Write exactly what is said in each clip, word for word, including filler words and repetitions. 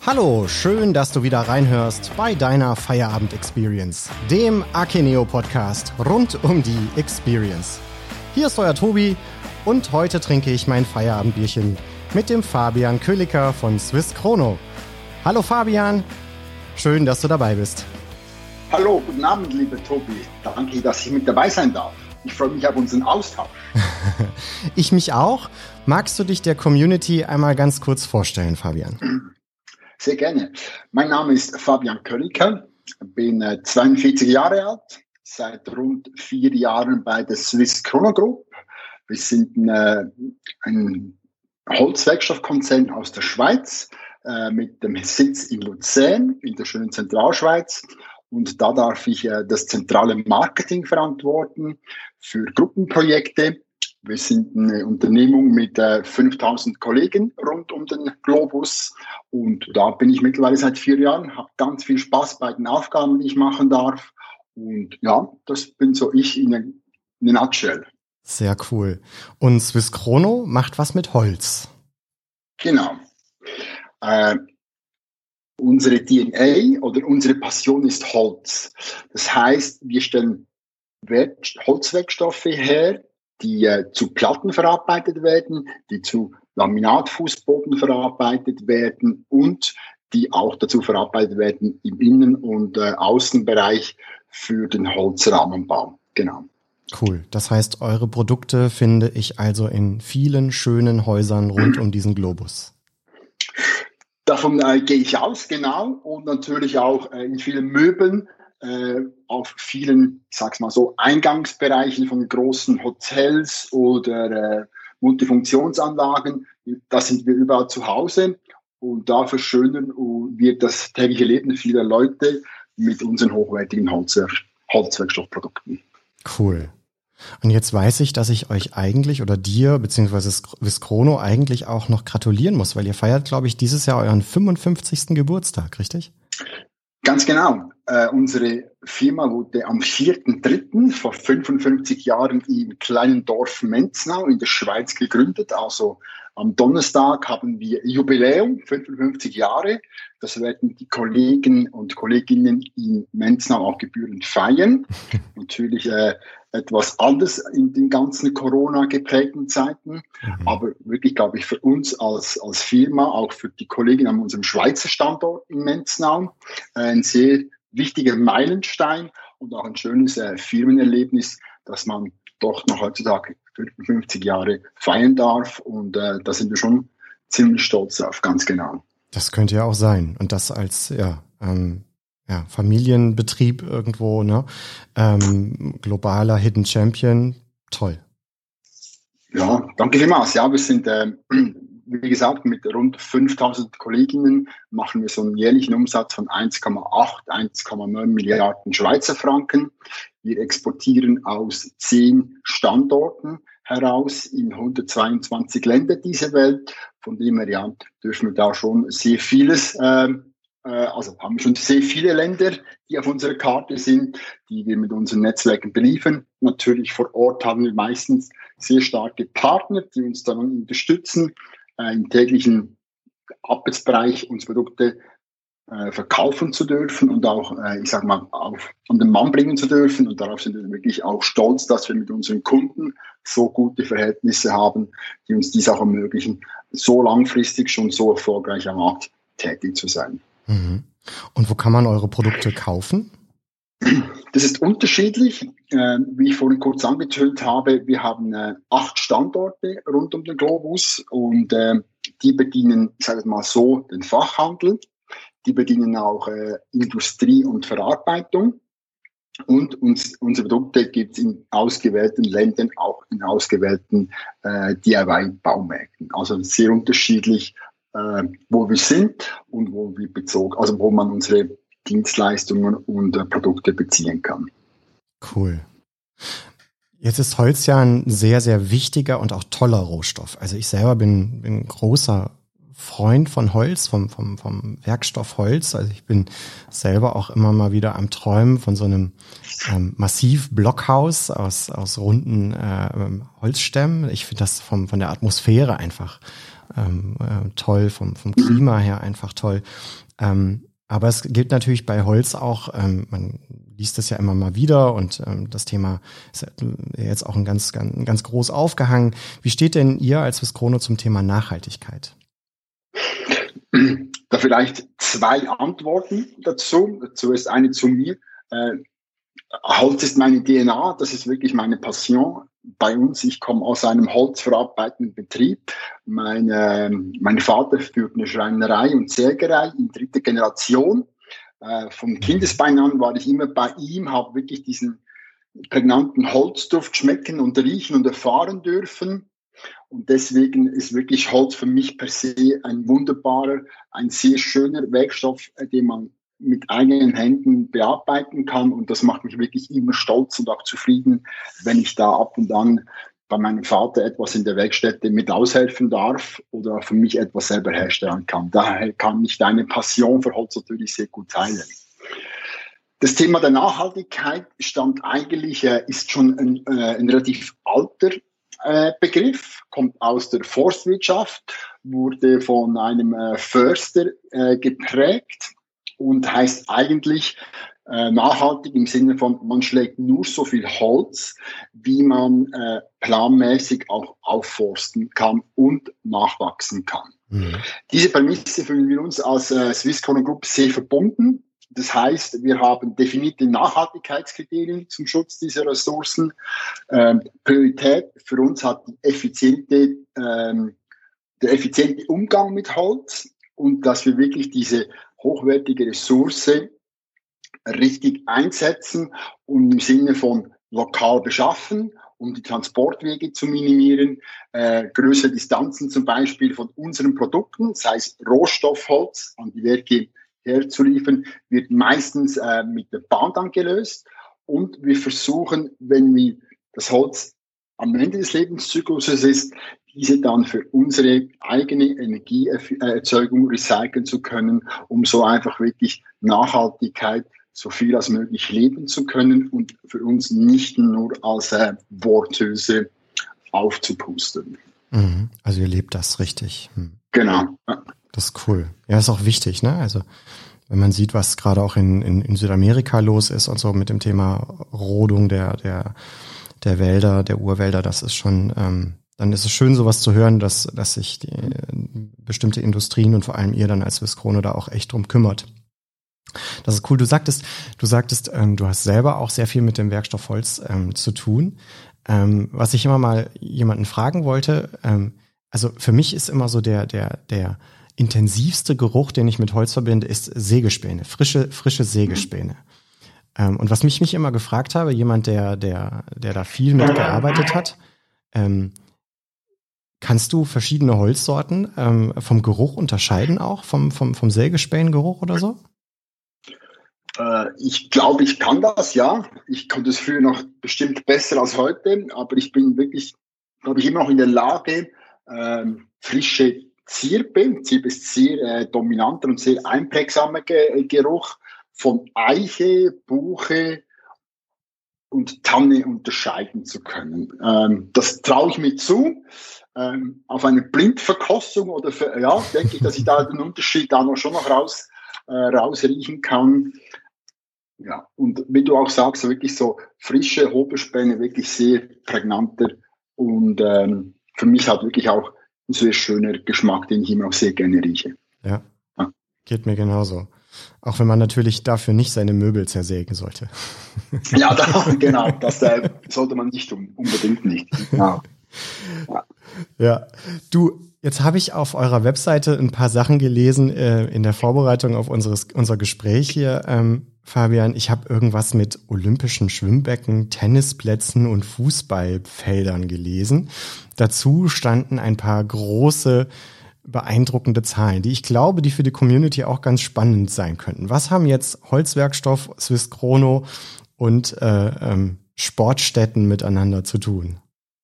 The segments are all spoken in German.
Hallo, schön, dass du wieder reinhörst bei deiner Feierabend-Experience, dem Akeneo-Podcast rund um die Experience. Hier ist euer Tobi und heute trinke ich mein Feierabendbierchen mit dem Fabian Köliker von Swiss Chrono. Hallo Fabian, schön, dass du dabei bist. Hallo, guten Abend, liebe Tobi. Danke, dass ich mit dabei sein darf. Ich freue mich auf unseren Austausch. Ich mich auch. Magst du dich der Community einmal ganz kurz vorstellen, Fabian? Sehr gerne. Mein Name ist Fabian Köliker, bin äh, zweiundvierzig Jahre alt, seit rund vier Jahren bei der Swiss Chrono Group. Wir sind äh, ein Holzwerkstoffkonzern aus der Schweiz äh, mit dem Sitz in Luzern in der schönen Zentralschweiz. Und da darf ich äh, das zentrale Marketing verantworten für Gruppenprojekte. Wir sind eine Unternehmung mit äh, fünftausend Kollegen rund um den Globus und da bin ich mittlerweile seit vier Jahren, habe ganz viel Spaß bei den Aufgaben, die ich machen darf und ja, das bin so ich in einer Nutshell. Sehr cool. Und Swiss Chrono macht was mit Holz. Genau. Äh, unsere D N A oder unsere Passion ist Holz. Das heißt, wir stellen Werk- Holzwerkstoffe her, die äh, zu Platten verarbeitet werden, die zu Laminatfußboden verarbeitet werden und die auch dazu verarbeitet werden im Innen- und äh, Außenbereich für den Holzrahmenbau. Genau. Cool. Das heißt, eure Produkte finde ich also in vielen schönen Häusern rund um diesen Globus. Davon äh, gehe ich aus, genau. Und natürlich auch äh, in vielen Möbeln, äh, auf vielen, ich sag's mal so, Eingangsbereichen von großen Hotels oder äh, Multifunktionsanlagen. Da sind wir überall zu Hause und da verschönern wir das tägliche Leben vieler Leute mit unseren hochwertigen Holzwer- Holzwerkstoffprodukten. Cool. Und jetzt weiß ich, dass ich euch eigentlich oder dir beziehungsweise Swiss Chrono eigentlich auch noch gratulieren muss, weil ihr feiert, glaube ich, dieses Jahr euren fünfundfünfzigsten Geburtstag, richtig? Ganz genau. Äh, unsere Firma wurde am vierten dritten vor fünfundfünfzig Jahren im kleinen Dorf Menznau in der Schweiz gegründet. Also am Donnerstag haben wir Jubiläum, fünfundfünfzig Jahre. Das werden die Kollegen und Kolleginnen in Menznau auch gebührend feiern. Natürlich äh, etwas anders in den ganzen Corona-geprägten Zeiten. Mhm. Aber wirklich, glaube ich, für uns als, als Firma, auch für die Kollegen an unserem Schweizer Standort in Menznau, äh, ein sehr wichtiger Meilenstein und auch ein schönes äh, Firmenerlebnis, dass man doch noch heutzutage fünfundfünfzig Jahre feiern darf. Und äh, da sind wir schon ziemlich stolz drauf, ganz genau. Das könnte ja auch sein. Und das als ja, ähm, ja, Familienbetrieb irgendwo, ne? Ähm, globaler Hidden Champion. Toll. Ja, danke vielmals. Ja, wir sind, äh, wie gesagt, mit rund fünftausend Kolleginnen machen wir so einen jährlichen Umsatz von eins Komma acht, eins Komma neun Milliarden Schweizer Franken. Wir exportieren aus zehn Standorten heraus in hundertzweiundzwanzig Länder dieser Welt. Von dem her ja, dürfen wir da schon sehr vieles, äh, also haben wir schon sehr viele Länder, die auf unserer Karte sind, die wir mit unseren Netzwerken beliefern. Natürlich vor Ort haben wir meistens sehr starke Partner, die uns dann unterstützen, äh, im täglichen Arbeitsbereich unsere Produkte äh, verkaufen zu dürfen und auch, äh, ich sag mal, auf, an den Mann bringen zu dürfen. Und darauf sind wir wirklich auch stolz, dass wir mit unseren Kunden so gute Verhältnisse haben, die uns dies auch ermöglichen, so langfristig schon so erfolgreich am Markt tätig zu sein. Mhm. Und wo kann man eure Produkte kaufen? Das ist unterschiedlich. Äh, wie ich vorhin kurz angetönt habe, wir haben äh, acht Standorte rund um den Globus und äh, die bedienen, ich sage mal so, den Fachhandel. Die bedienen auch äh, Industrie und Verarbeitung. Und uns, unsere Produkte gibt es in ausgewählten Ländern, auch in ausgewählten äh, D I Y-Baumärkten. Also sehr unterschiedlich, äh, wo wir sind und wo wir bezogen, also wo man unsere Dienstleistungen und äh, Produkte beziehen kann. Cool. Jetzt ist Holz ja ein sehr, sehr wichtiger und auch toller Rohstoff. Also ich selber bin, bin großer Freund von Holz, vom, vom, vom Werkstoff Holz. Also ich bin selber auch immer mal wieder am Träumen von so einem ähm, Massiv-Blockhaus aus, aus runden äh, Holzstämmen. Ich finde das vom, von der Atmosphäre einfach ähm, äh, toll, vom, vom Klima her einfach toll. Ähm, aber es gilt natürlich bei Holz auch, ähm, man liest es ja immer mal wieder und ähm, das Thema ist jetzt auch ein ganz, ganz, ganz groß aufgehangen. Wie steht denn ihr als Swiss-Chrono zum Thema Nachhaltigkeit? Da vielleicht zwei Antworten dazu. Zuerst eine zu mir. Äh, Holz ist meine D N A, das ist wirklich meine Passion. Bei uns, ich komme aus einem holzverarbeitenden Betrieb. Meine, mein Vater führt eine Schreinerei und Sägerei in dritter Generation. Äh, vom Kindesbein an war ich immer bei ihm, habe wirklich diesen prägnanten Holzduft schmecken und riechen und erfahren dürfen. Und deswegen ist wirklich Holz für mich per se ein wunderbarer, ein sehr schöner Werkstoff, den man mit eigenen Händen bearbeiten kann. Und das macht mich wirklich immer stolz und auch zufrieden, wenn ich da ab und an bei meinem Vater etwas in der Werkstätte mit aushelfen darf oder für mich etwas selber herstellen kann. Daher kann ich deine Passion für Holz natürlich sehr gut teilen. Das Thema der Nachhaltigkeit stammt eigentlich, äh, ist schon ein, äh, ein relativ alter äh, Begriff, kommt aus der Forstwirtschaft, wurde von einem äh, Förster äh, geprägt und heißt eigentlich äh, nachhaltig im Sinne von, man schlägt nur so viel Holz, wie man äh, planmäßig auch aufforsten kann und nachwachsen kann. Mhm. Diese Prämisse fühlen wir uns als äh, Swiss-Chrono Group sehr verbunden. Das heißt, wir haben definierte Nachhaltigkeitskriterien zum Schutz dieser Ressourcen. Ähm, Priorität für uns hat die effiziente, ähm, der effiziente Umgang mit Holz und dass wir wirklich diese hochwertige Ressource richtig einsetzen und im Sinne von lokal beschaffen, um die Transportwege zu minimieren, äh, größere Distanzen zum Beispiel von unseren Produkten, sei es Rohstoffholz an die Werke herzuliefern, wird meistens äh, mit der Bahn dann gelöst. Und wir versuchen, wenn wir das Holz am Ende des Lebenszykluses ist, diese dann für unsere eigene Energieerzeugung recyceln zu können, um so einfach wirklich Nachhaltigkeit so viel als möglich leben zu können und für uns nicht nur als äh, Worthülse aufzupusten. Mhm. Also ihr lebt das richtig. Hm. Genau. Ja. Das ist cool. Ja, ist auch wichtig, ne? Also wenn man sieht, was gerade auch in, in, in Südamerika los ist und so mit dem Thema Rodung der, der, der Wälder, der Urwälder, das ist schon, ähm, dann ist es schön, sowas zu hören, dass, dass sich die äh, bestimmte Industrien und vor allem ihr dann als Swiss-Chrono da auch echt drum kümmert. Das ist cool. Du sagtest, du sagtest, ähm, du hast selber auch sehr viel mit dem Werkstoff Holz ähm, zu tun. Ähm, was ich immer mal jemanden fragen wollte, ähm, also für mich ist immer so der, der, der intensivste Geruch, den ich mit Holz verbinde, ist Sägespäne, frische, frische Sägespäne. Ähm, und was mich mich immer gefragt habe, jemand, der, der, der da viel mitgearbeitet hat, ähm, kannst du verschiedene Holzsorten ähm, vom Geruch unterscheiden auch, vom, vom, vom Sägespänengeruch oder so? Äh, ich glaube, ich kann das, ja. Ich konnte es früher noch bestimmt besser als heute, aber ich bin wirklich, glaube ich, immer noch in der Lage, ähm, frische Zirbe, Zirbe ist sehr äh, dominanter und sehr einprägsamer Ge- Geruch von Eiche, Buche und Tanne unterscheiden zu können. Ähm, das traue ich mir zu. Ähm, auf eine Blindverkostung oder für, ja, denke ich, dass ich da den Unterschied da noch schon noch raus, äh, rausriechen kann. Ja, und wie du auch sagst, wirklich so frische Hobelspäne, wirklich sehr prägnanter und ähm, für mich hat wirklich auch ein sehr schöner Geschmack, den ich immer auch sehr gerne rieche. Ja, ja. Geht mir genauso. Auch wenn man natürlich dafür nicht seine Möbel zersägen sollte. Ja, da, genau, das äh, sollte man nicht um, unbedingt nicht. Ja. Ja. Ja, du, jetzt habe ich auf eurer Webseite ein paar Sachen gelesen äh, in der Vorbereitung auf unseres, unser Gespräch hier, ähm, Fabian. Ich habe irgendwas mit olympischen Schwimmbecken, Tennisplätzen und Fußballfeldern gelesen. Dazu standen ein paar große, beeindruckende Zahlen, die ich glaube, die für die Community auch ganz spannend sein könnten. Was haben jetzt Holzwerkstoff, Swiss-Chrono und äh, ähm, Sportstätten miteinander zu tun?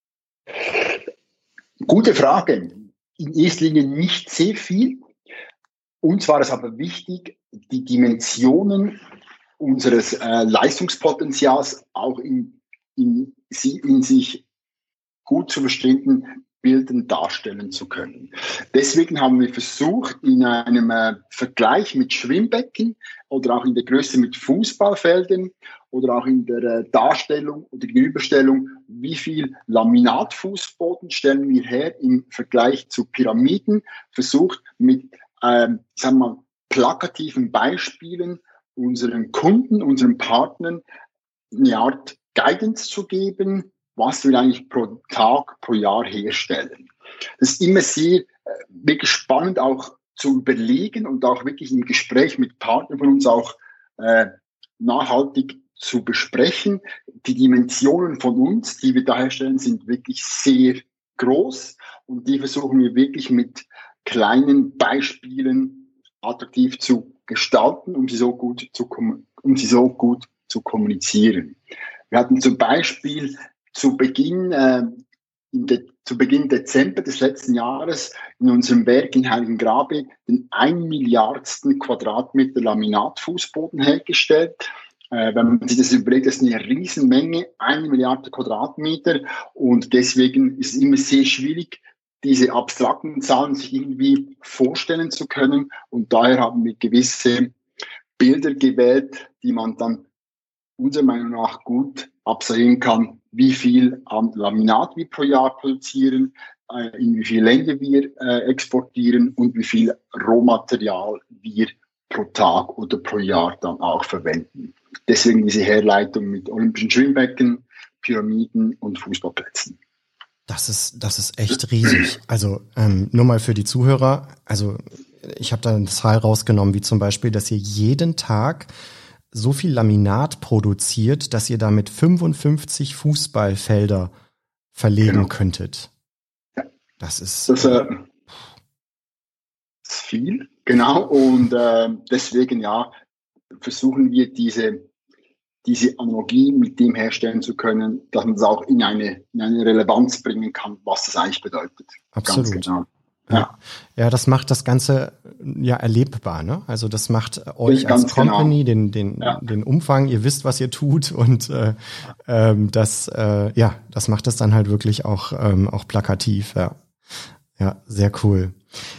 Gute Frage. In erster Linie nicht sehr viel. Uns war es aber wichtig, die Dimensionen unseres äh, Leistungspotenzials auch in, in, in sich gut zu verstehen, bildend darstellen zu können. Deswegen haben wir versucht, in einem äh, Vergleich mit Schwimmbecken oder auch in der Größe mit Fußballfeldern oder auch in der äh, Darstellung oder Gegenüberstellung, wie viel Laminatfußboden stellen wir her im Vergleich zu Pyramiden, versucht mit ähm, sagen wir mal, plakativen Beispielen unseren Kunden, unseren Partnern eine Art Guidance zu geben, was wir eigentlich pro Tag, pro Jahr herstellen. Das ist immer sehr äh, wirklich spannend auch zu überlegen und auch wirklich im Gespräch mit Partnern von uns auch äh, nachhaltig zu besprechen. Die Dimensionen von uns, die wir da herstellen, sind wirklich sehr groß und die versuchen wir wirklich mit kleinen Beispielen attraktiv zu gestalten, um sie so gut zu, um sie so gut zu kommunizieren. Wir hatten zum Beispiel zu Beginn, äh, in de, zu Beginn Dezember des letzten Jahres in unserem Werk in Heiligengrabe den ein Milliardsten Quadratmeter Laminatfußboden hergestellt. Äh, wenn man sich das überlegt, das ist eine Riesenmenge, eine Milliarde Quadratmeter, und deswegen ist es immer sehr schwierig, diese abstrakten Zahlen sich irgendwie vorstellen zu können, und daher haben wir gewisse Bilder gewählt, die man dann unserer Meinung nach gut abstrahieren kann, wie viel an Laminat wir pro Jahr produzieren, äh, in wie viele Länder wir äh, exportieren und wie viel Rohmaterial wir pro Tag oder pro Jahr dann auch verwenden. Deswegen diese Herleitung mit olympischen Schwimmbecken, Pyramiden und Fußballplätzen. Das ist, das ist echt riesig. Also ähm, nur mal für die Zuhörer, also ich habe da eine Zahl rausgenommen, wie zum Beispiel, dass ihr jeden Tag so viel Laminat produziert, dass ihr damit fünfundfünfzig Fußballfelder verlegen genau. könntet. Ja. Das ist, das, äh, ist viel, genau. Und äh, deswegen ja versuchen wir diese diese Analogie mit dem herstellen zu können, dass man es auch in eine, in eine Relevanz bringen kann, was das eigentlich bedeutet. Absolut. Ganz genau. Ja. ja, das macht das Ganze ja erlebbar, ne? Also das macht euch als Company genau. den den ja. den Umfang, ihr wisst, was ihr tut, und äh, ähm, das äh, ja, das macht es dann halt wirklich auch ähm, auch plakativ, ja. Ja, sehr cool.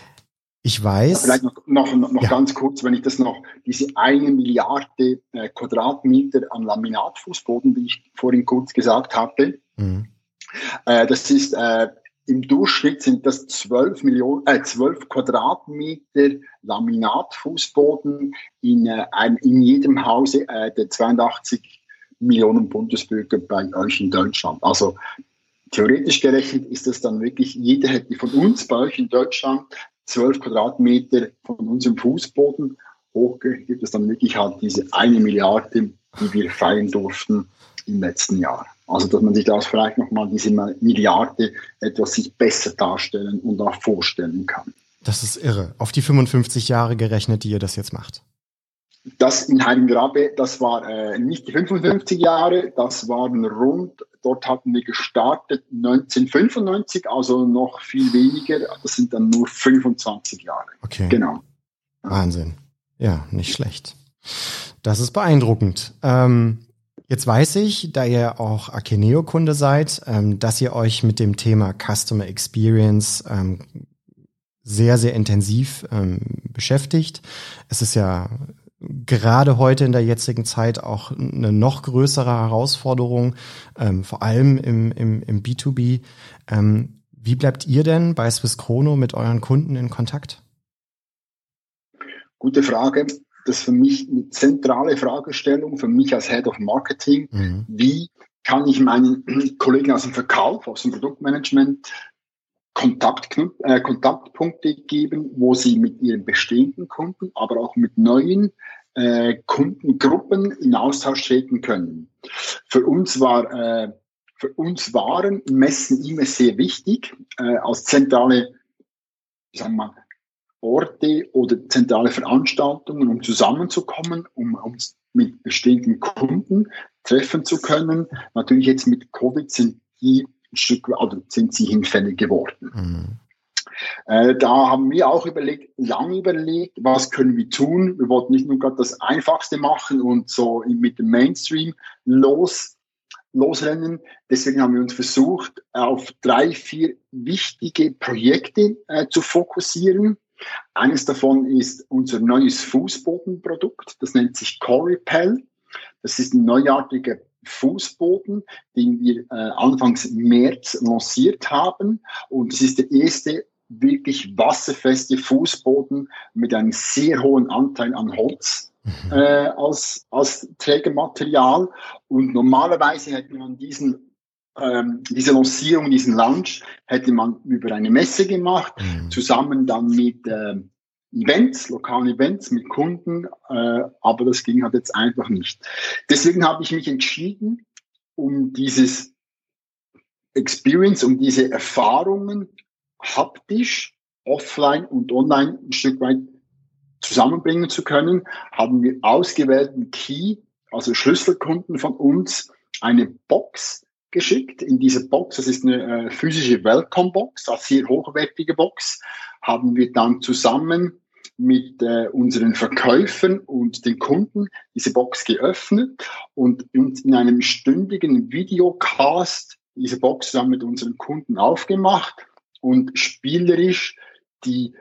Ich weiß. Ja, vielleicht noch, noch, noch ja. ganz kurz, wenn ich das noch, diese eine Milliarde äh, Quadratmeter an Laminatfußboden, die ich vorhin kurz gesagt hatte, mhm. äh, das ist, äh, im Durchschnitt sind das zwölf Millionen, äh, zwölf Quadratmeter Laminatfußboden in, äh, ein, in jedem Hause äh, der zweiundachtzig Millionen Bundesbürger bei euch in Deutschland. Also theoretisch gerechnet ist das dann wirklich, jeder hätte von uns bei euch in Deutschland zwölf Quadratmeter von unserem Fußboden. Hoch gibt es dann wirklich halt diese eine Milliarde, die wir feiern durften im letzten Jahr. Also, dass man sich da vielleicht nochmal diese Milliarde etwas sich besser darstellen und auch vorstellen kann. Das ist irre. Auf die fünfundfünfzig Jahre gerechnet, die ihr das jetzt macht. Das in Heiligengrabe, das war äh, nicht die fünfundfünfzig Jahre, das waren rund, dort hatten wir gestartet neunzehnhundertfünfundneunzig, also noch viel weniger, das sind dann nur fünfundzwanzig Jahre. Okay. Genau. Wahnsinn. Ja, nicht schlecht. Das ist beeindruckend. Ähm, jetzt weiß ich, da ihr auch Akeneo-Kunde seid, ähm, dass ihr euch mit dem Thema Customer Experience ähm, sehr, sehr intensiv ähm, beschäftigt. Es ist ja gerade heute in der jetzigen Zeit auch eine noch größere Herausforderung, ähm, vor allem im, im, im B zwei B. Ähm, wie bleibt ihr denn bei Swissquono mit euren Kunden in Kontakt? Gute Frage. Das ist für mich eine zentrale Fragestellung, für mich als Head of Marketing. Mhm. Wie kann ich meinen Kollegen aus dem Verkauf, aus dem Produktmanagement Kontakt, äh, Kontaktpunkte geben, wo sie mit ihren bestehenden Kunden, aber auch mit neuen äh, Kundengruppen in Austausch treten können. Für uns war, äh, für uns waren Messen immer sehr wichtig, äh, als zentrale, sagen wir mal, Orte oder zentrale Veranstaltungen, um zusammenzukommen, um uns mit bestehenden Kunden treffen zu können. Natürlich jetzt mit Covid sind die ein Stück, also sind sie hinfällig geworden. Mhm. Äh, da haben wir auch überlegt, lange überlegt, was können wir tun. Wir wollten nicht nur gerade das Einfachste machen und so mit dem Mainstream los losrennen. Deswegen haben wir uns versucht, auf drei, vier wichtige Projekte äh, zu fokussieren. Eines davon ist unser neues Fußbodenprodukt. Das nennt sich Corepel. Das ist ein neuartiger Fußboden, den wir äh, anfangs März lanciert haben. Und es ist der erste wirklich wasserfeste Fußboden mit einem sehr hohen Anteil an Holz mhm. äh, als, als Trägermaterial. Und normalerweise hätte man diesen, ähm, diese Lancierung, diesen Launch, hätte man über eine Messe gemacht, mhm. zusammen dann mit äh, Events, lokalen Events mit Kunden, äh, aber das ging halt jetzt einfach nicht. Deswegen habe ich mich entschieden, um dieses Experience, um diese Erfahrungen haptisch, offline und online ein Stück weit zusammenbringen zu können, haben wir ausgewählten Key, also Schlüsselkunden von uns, eine Box geschickt. In dieser Box, das ist eine äh, physische Welcome-Box, eine sehr hochwertige Box, haben wir dann zusammen mit äh, unseren Verkäufern und den Kunden diese Box geöffnet und uns in einem stündigen Videocast diese Box zusammen mit unseren Kunden aufgemacht und spielerisch die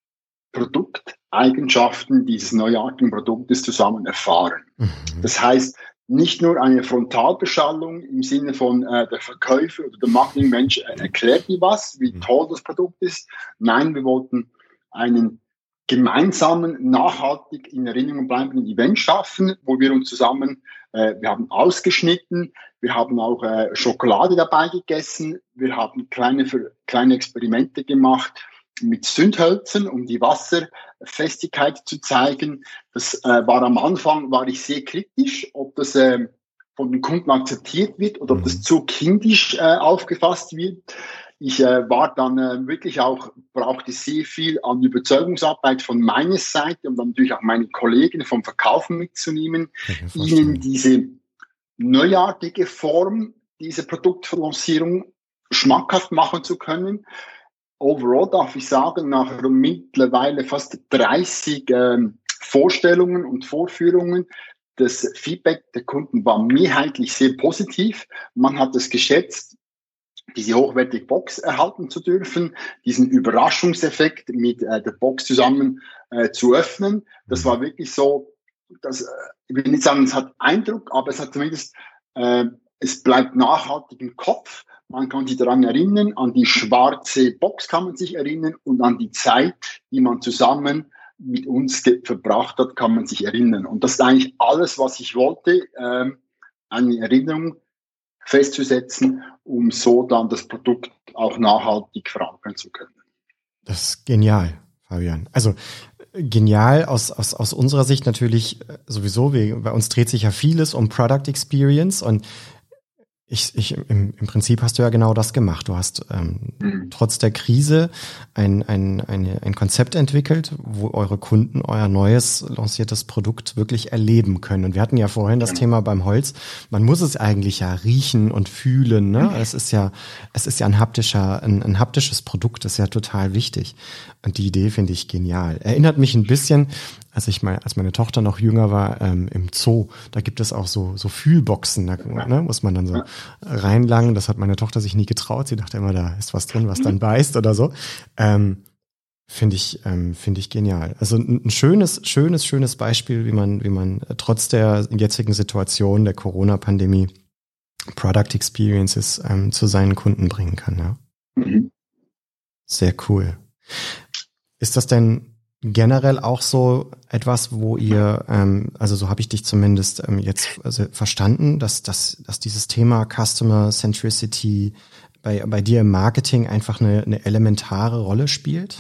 Produkteigenschaften dieses neuartigen Produktes zusammen erfahren. Mhm. Das heißt, nicht nur eine Frontalbeschallung im Sinne von äh, der Verkäufer oder der Marketingmensch äh, erklärt dir was, wie toll das Produkt ist. Nein, wir wollten einen gemeinsamen, nachhaltig in Erinnerung bleibenden Event schaffen, wo wir uns zusammen, äh, wir haben ausgeschnitten, wir haben auch äh, Schokolade dabei gegessen, wir haben kleine, für, kleine Experimente gemacht mit Zündhölzern, um die Wasserfestigkeit zu zeigen. Das äh, war am Anfang, war ich sehr kritisch, ob das äh, von den Kunden akzeptiert wird oder ob das zu kindisch äh, aufgefasst wird. Ich äh, war dann äh, wirklich auch, brauchte sehr viel an Überzeugungsarbeit von meiner Seite, um dann natürlich auch meine Kollegen vom Verkaufen mitzunehmen, ihnen diese neuartige Form, diese Produktlancierung schmackhaft machen zu können. Overall darf ich sagen, nach mittlerweile fast dreißig ähm, Vorstellungen und Vorführungen, das Feedback der Kunden war mehrheitlich sehr positiv. Man hat es geschätzt, diese hochwertige Box erhalten zu dürfen, diesen Überraschungseffekt mit äh, der Box zusammen äh, zu öffnen. Das war wirklich so, dass, äh, ich will nicht sagen, es hat Eindruck, aber es hat zumindest, äh, es bleibt nachhaltig im Kopf. Man kann sich daran erinnern, an die schwarze Box kann man sich erinnern und an die Zeit, die man zusammen mit uns ge- verbracht hat, kann man sich erinnern. Und das ist eigentlich alles, was ich wollte, äh, eine Erinnerung festzusetzen, um so dann das Produkt auch nachhaltig verankern zu können. Das ist genial, Fabian. Also genial aus, aus, aus unserer Sicht natürlich sowieso. Wir, bei uns dreht sich ja vieles um Product Experience und Ich, ich, im, im Prinzip hast du ja genau das gemacht. Du hast ähm, mhm. trotz der Krise ein, ein, eine, ein Konzept entwickelt, wo eure Kunden euer neues lanciertes Produkt wirklich erleben können. Und wir hatten ja vorhin das mhm. Thema beim Holz. Man muss es eigentlich ja riechen und fühlen. Ne? Mhm. Es ist ja, es ist ja ein haptischer, ein, ein haptisches Produkt. Das ist ja total wichtig. Und die Idee finde ich genial. Erinnert mich ein bisschen, als ich mal, als meine Tochter noch jünger war, ähm, im Zoo. Da gibt es auch so so Fühlboxen. Da ne, muss man dann so reinlangen. Das hat meine Tochter sich nie getraut. Sie dachte immer, da ist was drin, was dann beißt oder so. Ähm, finde ich, ähm, finde ich genial. Also ein, ein schönes, schönes, schönes Beispiel, wie man, wie man trotz der jetzigen Situation der Corona-Pandemie Product Experiences ähm, zu seinen Kunden bringen kann. Ja? Mhm. Sehr cool. Ist das denn generell auch so etwas, wo ihr, ähm, also so habe ich dich zumindest ähm, jetzt also verstanden, dass, dass, dass dieses Thema Customer Centricity bei, bei dir im Marketing einfach eine, eine elementare Rolle spielt?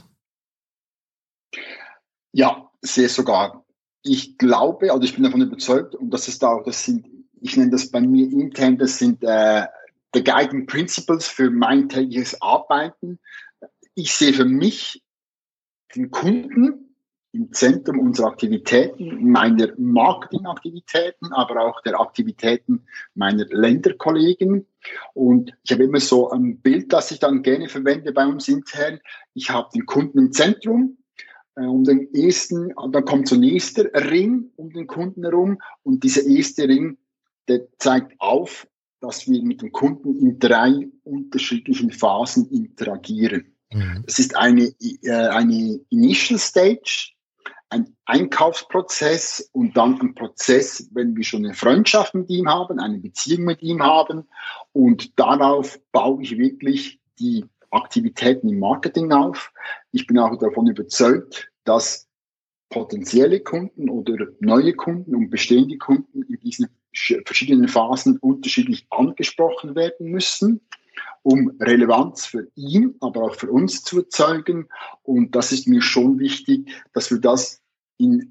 Ja, sehr sogar. Ich glaube, also ich bin davon überzeugt, und das ist auch, das sind, ich nenne das bei mir intern, das sind äh, the guiding principles für mein tägliches Arbeiten. Ich sehe für mich den Kunden im Zentrum unserer Aktivitäten, meiner Marketingaktivitäten, aber auch der Aktivitäten meiner Länderkollegen. Und ich habe immer so ein Bild, das ich dann gerne verwende bei uns intern. Ich habe den Kunden im Zentrum, äh, um den ersten, dann kommt so ein nächster Ring um den Kunden herum und dieser erste Ring, der zeigt auf dass wir mit dem Kunden in drei unterschiedlichen Phasen interagieren. Mhm. Das ist eine, äh, eine Initial Stage, ein Einkaufsprozess und dann ein Prozess, wenn wir schon eine Freundschaft mit ihm haben, eine Beziehung mit ihm haben. Und darauf baue ich wirklich die Aktivitäten im Marketing auf. Ich bin auch davon überzeugt, dass potenzielle Kunden oder neue Kunden und bestehende Kunden in diesen verschiedenen Phasen unterschiedlich angesprochen werden müssen, um Relevanz für ihn, aber auch für uns zu erzeugen. Und das ist mir schon wichtig, dass wir das in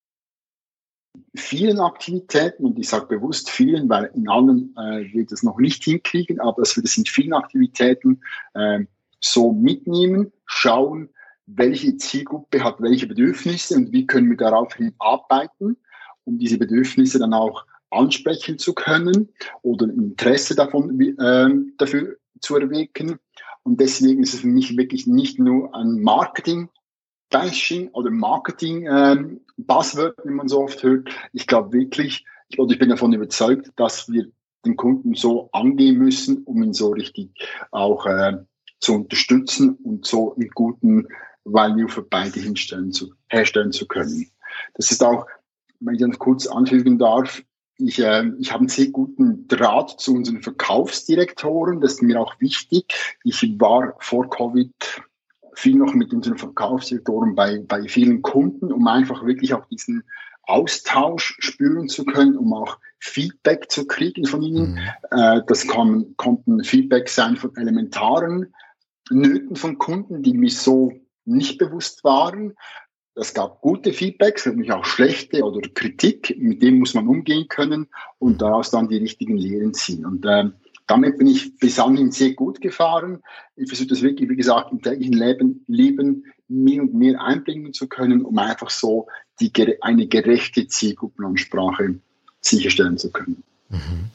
vielen Aktivitäten, und ich sage bewusst vielen, weil in allen äh, wir das noch nicht hinkriegen, aber dass wir das in vielen Aktivitäten äh, so mitnehmen, schauen, welche Zielgruppe hat welche Bedürfnisse und wie können wir daraufhin arbeiten, um diese Bedürfnisse dann auch ansprechen zu können oder Interesse davon äh, dafür zu erwecken. Und deswegen ist es für mich wirklich nicht nur ein Marketing-Bashing oder Marketing-Buzzword, ähm, wie man so oft hört. Ich glaube wirklich, ich, oder ich bin davon überzeugt, dass wir den Kunden so angehen müssen, um ihn so richtig auch äh, zu unterstützen und so einen guten Value für beide hinstellen zu, herstellen zu können. Das ist auch, wenn ich das kurz anfügen darf, Ich, äh, ich habe einen sehr guten Draht zu unseren Verkaufsdirektoren. Das ist mir auch wichtig. Ich war vor Covid viel noch mit unseren Verkaufsdirektoren bei, bei vielen Kunden, um einfach wirklich auch diesen Austausch spüren zu können, um auch Feedback zu kriegen von ihnen. Mhm. Äh, das kann, konnten Feedback sein von elementaren Nöten von Kunden, die mir so nicht bewusst waren. Es gab gute Feedbacks, natürlich auch schlechte oder Kritik, mit dem muss man umgehen können und daraus dann die richtigen Lehren ziehen. Und äh, damit bin ich bis anhin sehr gut gefahren. Ich versuche das wirklich, wie gesagt, im täglichen Leben, Leben mehr und mehr einbringen zu können, um einfach so die, eine gerechte Zielgruppenansprache sicherstellen zu können. Mhm.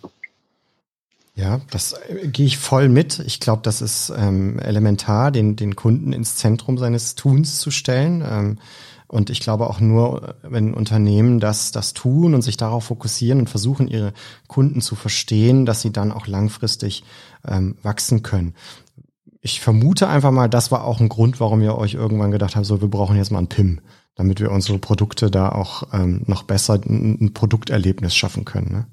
Ja, das äh, gehe ich voll mit. Ich glaube, das ist ähm, elementar, den, den Kunden ins Zentrum seines Tuns zu stellen. Ähm, und ich glaube auch nur, wenn Unternehmen das, das tun und sich darauf fokussieren und versuchen, ihre Kunden zu verstehen, dass sie dann auch langfristig ähm, wachsen können. Ich vermute einfach mal, das war auch ein Grund, warum ihr euch irgendwann gedacht habt, so, wir brauchen jetzt mal ein P I M, damit wir unsere Produkte da auch ähm, noch besser ein, ein Produkterlebnis schaffen können. Ne?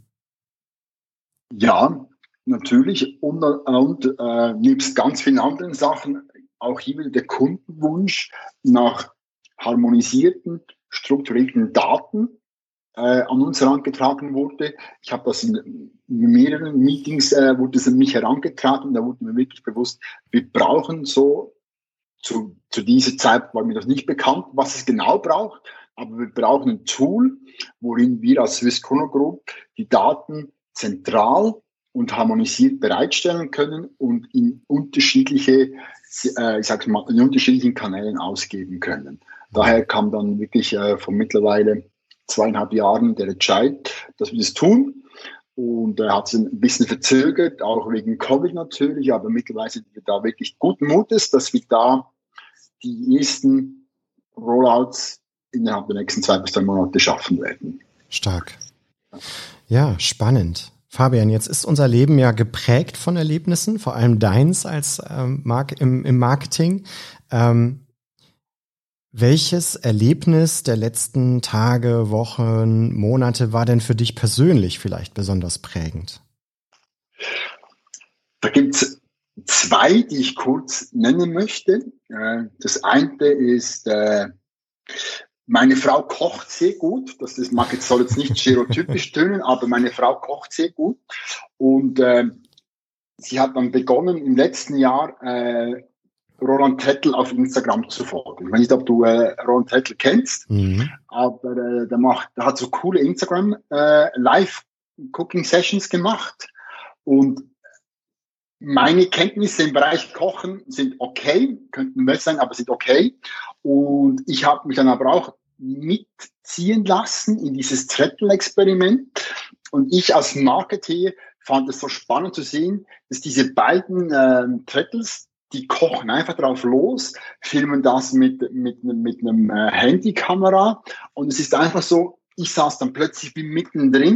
Ja, natürlich, und, und äh, nebst ganz vielen anderen Sachen auch hier wieder der Kundenwunsch nach harmonisierten, strukturierten Daten äh, an uns herangetragen wurde. Ich habe das in mehreren Meetings, äh, wurde es an mich herangetragen, da wurde mir wirklich bewusst, wir brauchen so, zu, zu dieser Zeit war mir das nicht bekannt, was es genau braucht, aber wir brauchen ein Tool, worin wir als Swiss Chrono Group die Daten zentral und harmonisiert bereitstellen können und in unterschiedliche, äh, ich sag's mal, in unterschiedlichen Kanälen ausgeben können. Daher kam dann wirklich äh, vor mittlerweile zweieinhalb Jahren der Entscheid, dass wir das tun. Und er äh, hat sich ein bisschen verzögert, auch wegen Covid natürlich, aber mittlerweile sind wir da wirklich guten Mutes, dass wir da die ersten Rollouts innerhalb der nächsten zwei bis drei Monate schaffen werden. Stark. Ja, spannend. Fabian, jetzt ist unser Leben ja geprägt von Erlebnissen, vor allem deins als ähm, Mark im, im Marketing. Ähm, welches Erlebnis der letzten Tage, Wochen, Monate war denn für dich persönlich vielleicht besonders prägend? Da gibt es zwei, die ich kurz nennen möchte. Das eine ist, meine Frau kocht sehr gut. Das, das mag jetzt, soll jetzt nicht stereotypisch tönen, aber meine Frau kocht sehr gut. Und äh, sie hat dann begonnen im letzten Jahr äh, Roland Tettel auf Instagram zu folgen. Ich weiß nicht, ob du äh, Roland Tettel kennst, mhm. aber äh, der macht, der hat so coole Instagram äh, Live-Cooking-Sessions gemacht. Und meine Kenntnisse im Bereich Kochen sind okay, könnten besser sein, aber sind okay. Und ich habe mich dann aber auch mitziehen lassen in dieses Trettl-Experiment. Und ich als Marketeer fand es so spannend zu sehen, dass diese beiden äh, Trettles, die kochen einfach drauf los, filmen das mit, mit, mit einem äh, Handykamera. Und es ist einfach so, ich saß dann plötzlich wie mittendrin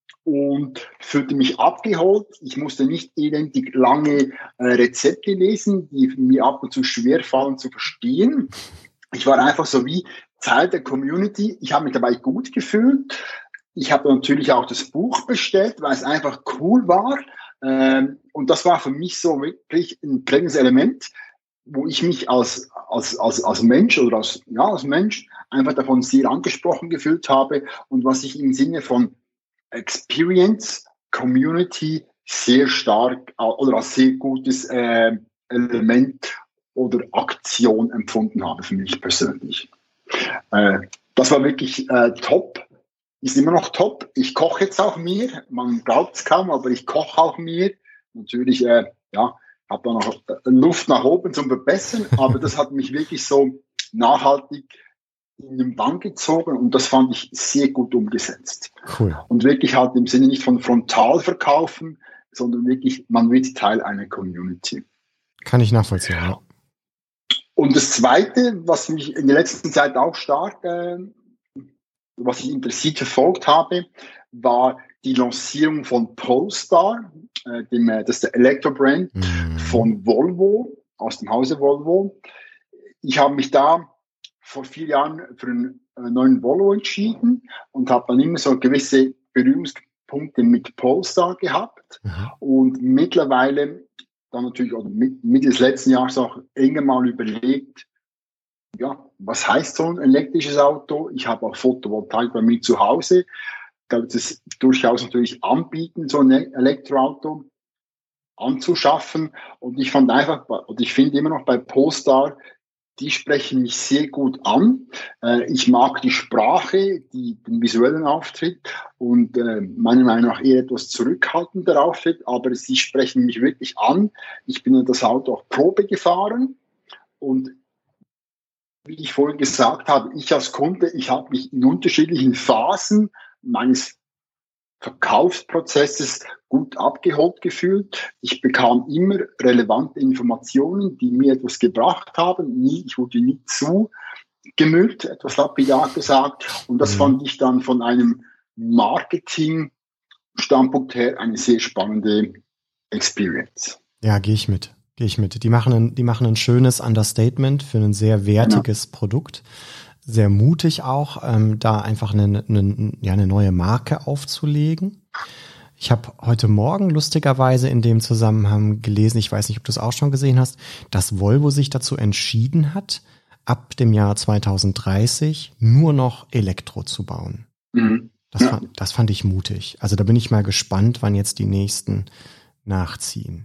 und fühlte mich abgeholt. Ich musste nicht elendig lange äh, Rezepte lesen, die mir ab und zu schwer fallen zu verstehen. Ich war einfach so wie Teil der Community. Ich habe mich dabei gut gefühlt. Ich habe natürlich auch das Buch bestellt, weil es einfach cool war. Ähm, und das war für mich so wirklich ein prägendes Element, wo ich mich als, als, als, als Mensch oder als, ja, als Mensch einfach davon sehr angesprochen gefühlt habe und was ich im Sinne von Experience, Community sehr stark oder als sehr gutes äh, Element oder Aktion empfunden habe für mich persönlich. Äh, das war wirklich äh, top, ist immer noch top. Ich koche jetzt auch mir, man glaubt es kaum, aber ich koche auch mir. Natürlich, äh, ja, habe da noch Luft nach oben zum Verbessern, aber das hat mich wirklich so nachhaltig in den Bann gezogen und das fand ich sehr gut umgesetzt. Cool. Und wirklich halt im Sinne nicht von frontal verkaufen, sondern wirklich, man wird Teil einer Community. Kann ich nachvollziehen, ja. Und das Zweite, was mich in der letzten Zeit auch stark, äh, was ich interessiert verfolgt habe, war die Lancierung von Polestar, äh, dem, das ist der Elektrobrand mhm. von Volvo, aus dem Hause Volvo. Ich habe mich da vor vier Jahren für einen äh, neuen Volvo entschieden und habe dann immer so gewisse Berührungspunkte mit Polestar gehabt mhm. und mittlerweile dann natürlich, oder mit, Mitte des letzten Jahres auch enger mal überlegt, ja, was heißt so ein elektrisches Auto? Ich habe auch Photovoltaik bei mir zu Hause. Da wird es durchaus natürlich anbieten, so ein Elektroauto anzuschaffen. Und ich fand einfach, und ich finde immer noch bei Polestar, die sprechen mich sehr gut an. Äh, ich mag die Sprache, die, den visuellen Auftritt und äh, meiner Meinung nach eher etwas zurückhaltender Auftritt, aber sie sprechen mich wirklich an. Ich bin in das Auto auch Probe gefahren und wie ich vorhin gesagt habe, ich als Kunde, ich habe mich in unterschiedlichen Phasen meines Verkaufsprozesses gut abgeholt gefühlt. Ich bekam immer relevante Informationen, die mir etwas gebracht haben. Nie, ich wurde nie zugemüllt, etwas lapidar gesagt. Und das mhm. fand ich dann von einem Marketing-Standpunkt her eine sehr spannende Experience. Ja, gehe ich mit. Gehe ich mit. Die machen ein, die machen ein schönes Understatement für ein sehr wertiges genau. Produkt. Sehr mutig auch, ähm, da einfach eine, eine, ja, eine neue Marke aufzulegen. Ich habe heute Morgen lustigerweise in dem Zusammenhang gelesen, ich weiß nicht, ob du es auch schon gesehen hast, dass Volvo sich dazu entschieden hat, ab dem Jahr zwanzig dreißig nur noch Elektro zu bauen. Mhm. Das, ja. fand, das fand ich mutig. Also da bin ich mal gespannt, wann jetzt die nächsten nachziehen.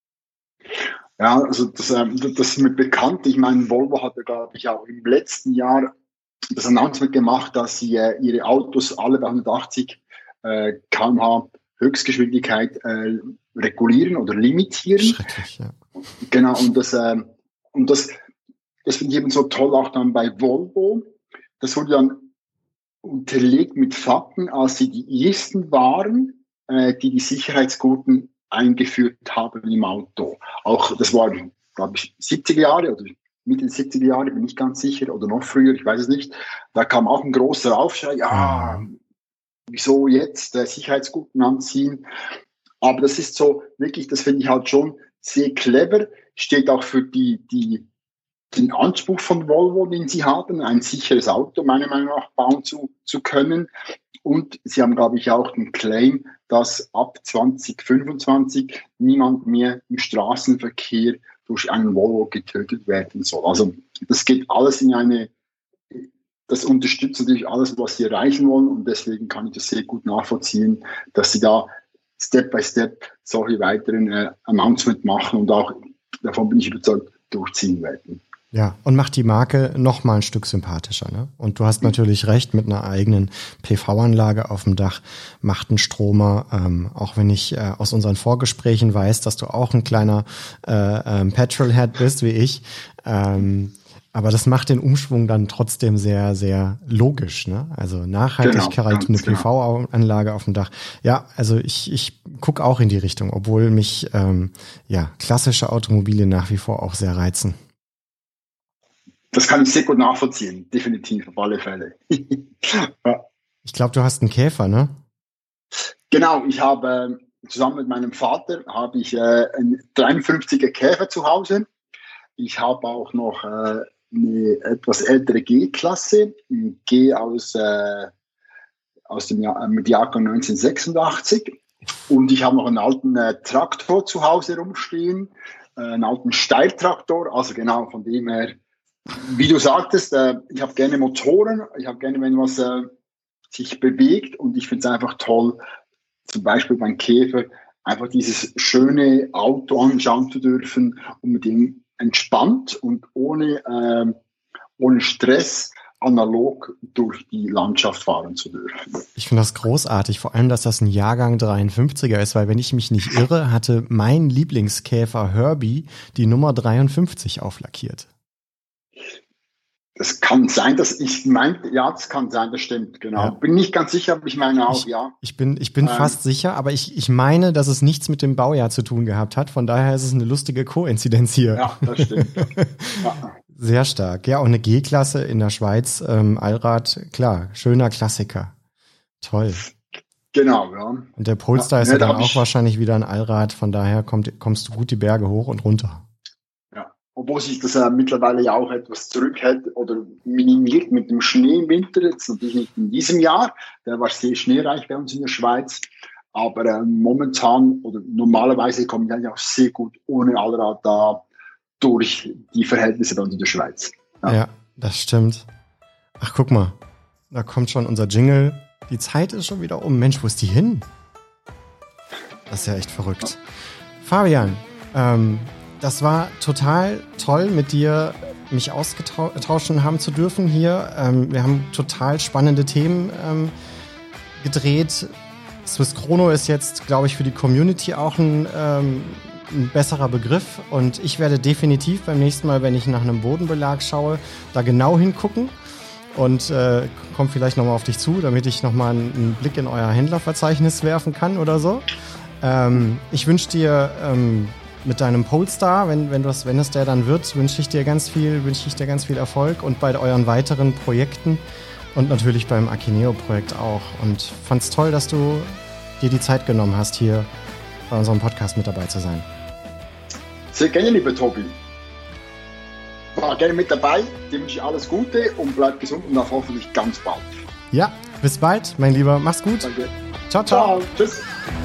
Ja, also das, das ist mir bekannt. Ich meine, Volvo hatte, glaube ich, auch im letzten Jahr das Announcement gemacht, dass sie äh, ihre Autos alle bei hundertachtzig äh, Kilometer pro Stunde Höchstgeschwindigkeit äh, regulieren oder limitieren. Schrecklich, ja. Genau, und das, äh, und das, das finde ich eben so toll auch dann bei Volvo. Das wurde dann unterlegt mit Fakten, als sie die ersten waren, äh, die die Sicherheitsgurten eingeführt haben im Auto. Auch, das waren, glaube ich, siebziger Jahre oder Mitte der siebziger Jahre, bin ich ganz sicher, oder noch früher, ich weiß es nicht. Da kam auch ein großer Aufschrei, ja, wieso jetzt äh, Sicherheitsgurten anziehen? Aber das ist so, wirklich, das finde ich halt schon sehr clever, steht auch für die, die, den Anspruch von Volvo, den sie haben, ein sicheres Auto, meiner Meinung nach, bauen zu, zu können. Und sie haben, glaube ich, auch den Claim, dass ab zwanzig fünfundzwanzig niemand mehr im Straßenverkehr durch einen Volvo getötet werden soll. Also das geht alles in eine, das unterstützt natürlich alles, was sie erreichen wollen und deswegen kann ich das sehr gut nachvollziehen, dass sie da Step by Step solche weiteren äh, Announcements machen und auch, davon bin ich überzeugt, durchziehen werden. Ja, und macht die Marke noch mal ein Stück sympathischer, ne? Und du hast natürlich recht, mit einer eigenen P V-Anlage auf dem Dach macht ein Stromer, ähm, auch wenn ich äh, aus unseren Vorgesprächen weiß, dass du auch ein kleiner äh, ähm, Petrolhead bist, wie ich, ähm, aber das macht den Umschwung dann trotzdem sehr, sehr logisch, ne? Also Nachhaltigkeit, genau, eine P V-Anlage auf dem Dach. Ja, also ich ich gucke auch in die Richtung, obwohl mich ähm, ja klassische Automobile nach wie vor auch sehr reizen. Das kann ich sehr gut nachvollziehen, definitiv, auf alle Fälle. Ja. Ich glaube, du hast einen Käfer, ne? Genau, ich habe zusammen mit meinem Vater habe ich äh, einen dreiundfünfziger Käfer zu Hause. Ich habe auch noch äh, eine etwas ältere G-Klasse, G aus, äh, aus dem Jahr, mit Jahrgang neunzehnhundertsechsundachtzig. Und ich habe noch einen alten äh, Traktor zu Hause rumstehen, äh, einen alten Steiltraktor. Also genau, von dem her, wie du sagtest, äh, ich habe gerne Motoren, ich habe gerne, wenn was äh, sich bewegt, und ich finde es einfach toll, zum Beispiel beim Käfer, einfach dieses schöne Auto anschauen zu dürfen und mit dem entspannt und ohne, äh, ohne Stress analog durch die Landschaft fahren zu dürfen. Ich finde das großartig, vor allem, dass das ein Jahrgang dreiundfünfziger ist, weil wenn ich mich nicht irre, hatte mein Lieblingskäfer Herbie die Nummer dreiundfünfzig auflackiert. Das kann sein, dass ich meinte, ja, das kann sein, das stimmt, genau. Ja. Bin nicht ganz sicher, aber ich meine auch, ich, ja. Ich bin, ich bin ähm, fast sicher, aber ich, ich meine, dass es nichts mit dem Baujahr zu tun gehabt hat. Von daher ist es eine lustige Koinzidenz hier. Ja, das stimmt. Ja. Sehr stark. Ja, und eine G-Klasse in der Schweiz, ähm, Allrad, klar, schöner Klassiker. Toll. Genau, ja. Und der Polestar ja, ist ja, ja dann auch wahrscheinlich wieder ein Allrad, von daher kommt, kommst du gut die Berge hoch und runter. Obwohl sich das äh, mittlerweile ja auch etwas zurückhält oder minimiert mit dem Schnee im Winter, jetzt natürlich nicht in diesem Jahr, der war sehr schneereich bei uns in der Schweiz, aber äh, momentan oder normalerweise kommen wir ja auch sehr gut ohne Allrad da durch die Verhältnisse bei uns in der Schweiz. Ja. Ja, das stimmt. Ach, guck mal, da kommt schon unser Jingle. Die Zeit ist schon wieder um. Mensch, wo ist die hin? Das ist ja echt verrückt. Ja. Fabian, ähm, das war total toll, mit dir mich ausgetauschen haben zu dürfen hier. Ähm, wir haben total spannende Themen ähm, gedreht. Swiss Chrono ist jetzt, glaube ich, für die Community auch ein, ähm, ein besserer Begriff. Und ich werde definitiv beim nächsten Mal, wenn ich nach einem Bodenbelag schaue, da genau hingucken und äh, komme vielleicht nochmal auf dich zu, damit ich nochmal einen, einen Blick in euer Händlerverzeichnis werfen kann oder so. Ähm, ich wünsche dir ähm, mit deinem Polestar, wenn, wenn, das, wenn es der dann wird, wünsche ich dir ganz viel, wünsche ich dir ganz viel Erfolg und bei euren weiteren Projekten und natürlich beim Akineo-Projekt auch. Und fand's toll, dass du dir die Zeit genommen hast, hier bei unserem Podcast mit dabei zu sein. Sehr gerne, lieber Tobi. War gerne mit dabei. Dir wünsche ich alles Gute und bleib gesund und auf hoffentlich ganz bald. Ja, bis bald, mein Lieber. Mach's gut. Danke. Ciao, ciao. Ciao. Tschüss.